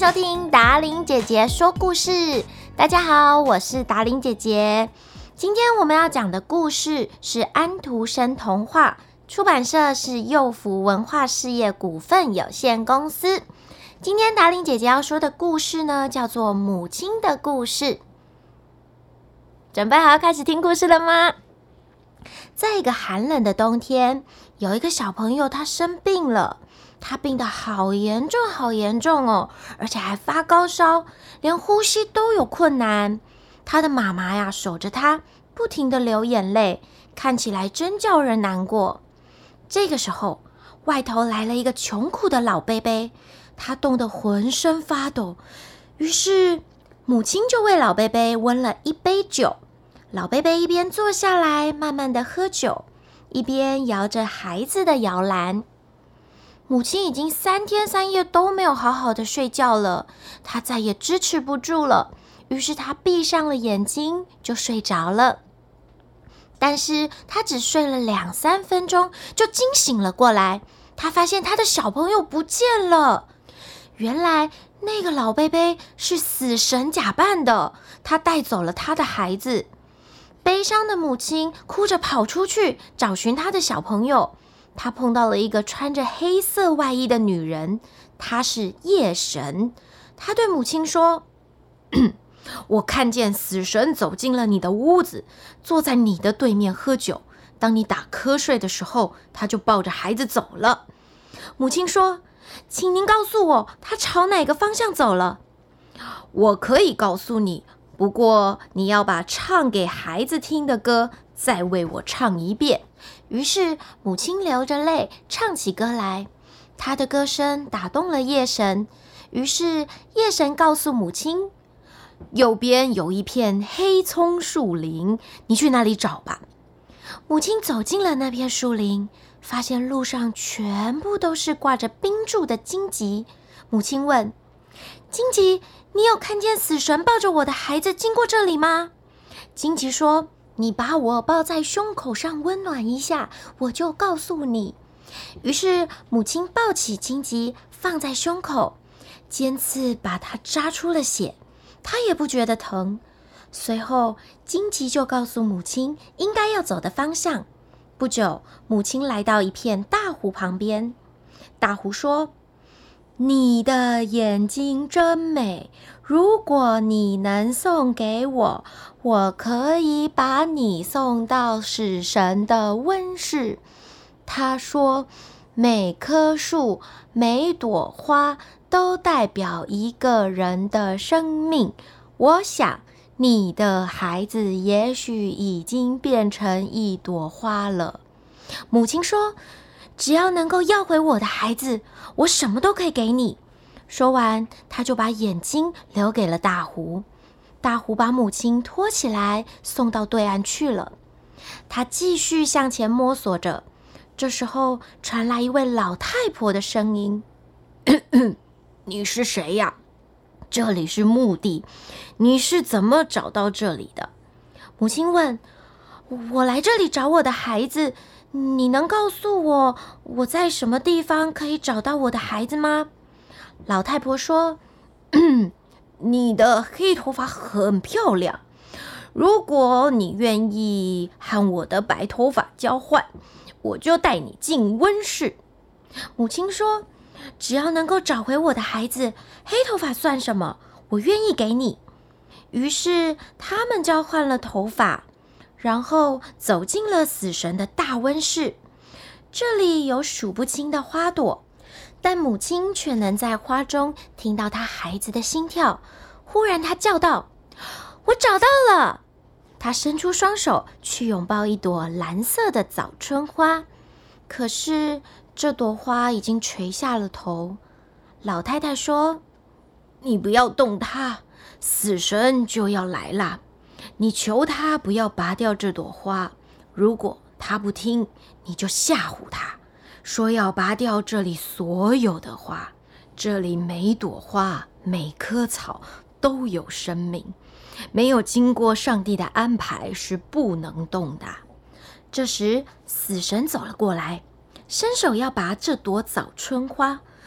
收听达伶姐姐说故事。大家好，我是达伶姐姐。今天我们要讲的故事是安徒生童话，出版社是幼福文化事业股份有限公司。今天达伶姐姐要说的故事呢，叫做母亲的故事。准备好要开始听故事了吗？在一个寒冷的冬天，有一个小朋友他生病了，他病得好严重好严重哦，而且还发高烧，连呼吸都有困难。他的妈妈呀守着他，不停地流眼泪，看起来真叫人难过。这个时候，外头来了一个穷苦的老伯伯，他冻得浑身发抖。于是母亲就为老伯伯温了一杯酒。老伯伯一边坐下来慢慢地喝酒，一边摇着孩子的摇篮。母亲已经3天3夜都没有好好的睡觉了，她再也支持不住了，于是她闭上了眼睛就睡着了。但是她只睡了2-3分钟就惊醒了过来，她发现她的小朋友不见了。原来那个老伯伯是死神假扮的，他带走了他的孩子。悲伤的母亲哭着跑出去找寻她的小朋友，她碰到了一个穿着黑色外衣的女人，她是夜神。她对母亲说：我看见死神走进了你的屋子，坐在你的对面喝酒，当你打瞌睡的时候，他就抱着孩子走了。母亲说：请您告诉我，他朝哪个方向走了？我可以告诉你，不过你要把唱给孩子听的歌再为我唱一遍。于是母亲流着泪唱起歌来，她的歌声打动了夜神。于是夜神告诉母亲，右边有一片黑葱树林，你去那里找吧。母亲走进了那片树林，发现路上全部都是挂着冰柱的荆棘。母亲问：荆棘，你有看见死神抱着我的孩子经过这里吗？荆棘说：你把我抱在胸口上温暖一下，我就告诉你。于是母亲抱起荆棘放在胸口，尖刺把它扎出了血，她也不觉得疼。随后荆棘就告诉母亲应该要走的方向。不久，母亲来到一片大湖旁边。大湖说：你的眼睛真美，如果你能送给我，我可以把你送到死神的温室。他说，每棵树每朵花都代表一个人的生命，我想你的孩子也许已经变成一朵花了。母亲说，只要能够要回我的孩子，我什么都可以给你。说完，他就把眼睛留给了大湖。大湖把母亲拖起来送到对岸去了。他继续向前摸索着，这时候传来一位老太婆的声音：你是谁呀？这里是墓地，你是怎么找到这里的？母亲问：我来这里找我的孩子，你能告诉我，我在什么地方可以找到我的孩子吗？老太婆说：你的黑头发很漂亮，如果你愿意和我的白头发交换，我就带你进温室。母亲说：只要能够找回我的孩子，黑头发算什么？我愿意给你。于是他们交换了头发，然后走进了死神的大温室。这里有数不清的花朵，但母亲却能在花中听到她孩子的心跳。忽然她叫道：我找到了！她伸出双手去拥抱一朵蓝色的早春花，可是这朵花已经垂下了头。老太太说：你不要动它，死神就要来了。你求他不要拔掉这朵花，如果他不听，你就吓唬他，说要拔掉这里所有的花。这里每朵花每棵草都有生命，没有经过上帝的安排是不能动的。这时死神走了过来，伸手要拔这朵早春花，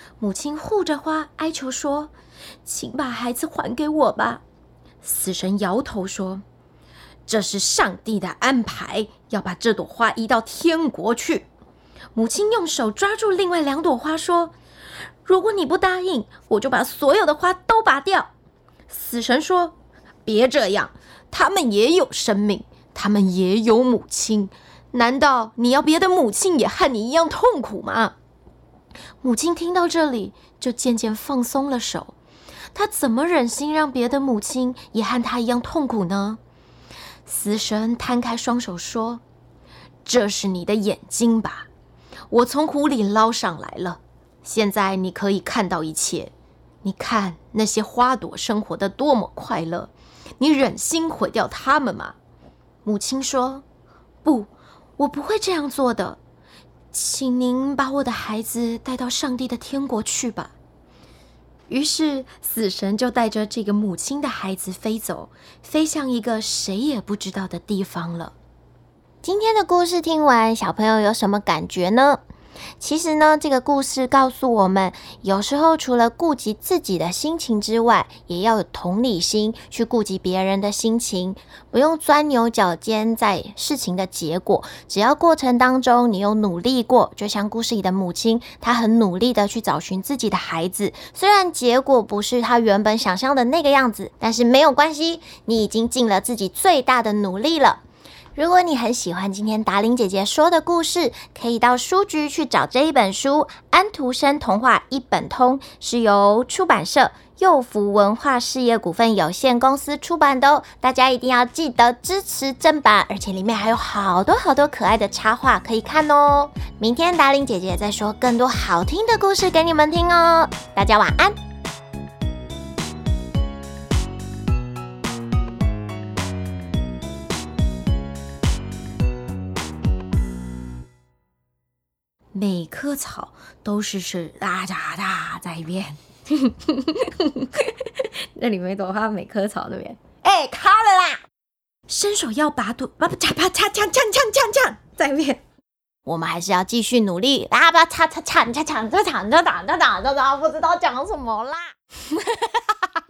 母亲护着花，哀求说：“请把孩子还给我吧。”死神摇头说：“这是上帝的安排，要把这朵花移到天国去。”母亲用手抓住另外2朵花说：“如果你不答应，我就把所有的花都拔掉。”死神说：“别这样，他们也有生命，他们也有母亲。难道你要别的母亲也和你一样痛苦吗？”母亲听到这里，就渐渐放松了手。她怎么忍心让别的母亲也和她一样痛苦呢？死神摊开双手说：“这是你的眼睛吧？我从湖里捞上来了，现在你可以看到一切。你看那些花朵生活得多么快乐，你忍心毁掉它们吗？”母亲说：“不，我不会这样做的。请您把我的孩子带到上帝的天国去吧。”于是死神就带着这个母亲的孩子飞走，飞向一个谁也不知道的地方了。今天的故事听完，小朋友有什么感觉呢？其实呢，这个故事告诉我们，有时候除了顾及自己的心情之外，也要有同理心去顾及别人的心情，不用钻牛角尖在事情的结果，只要过程当中你有努力过，就像故事里的母亲，她很努力的去找寻自己的孩子，虽然结果不是她原本想象的那个样子，但是没有关系，你已经尽了自己最大的努力了。如果你很喜欢今天达伶姐姐说的故事，可以到书局去找这一本书《安徒生童话一本通》，是由出版社幼福文化事业股份有限公司出版的哦。大家一定要记得支持正版，而且里面还有好多好多可爱的插画可以看哦。明天达伶姐姐再说更多好听的故事给你们听哦。大家晚安。每棵草都是哒哒哒在变。那里面一朵花，每棵草那边，卡了啦！伸手要拔土，啪啪啪嚓嚓嚓嚓嚓在变。我们还是要继续努力，啪啪嚓嚓嚓嚓嚓嚓嚓嚓嚓嚓，不知道讲什么啦。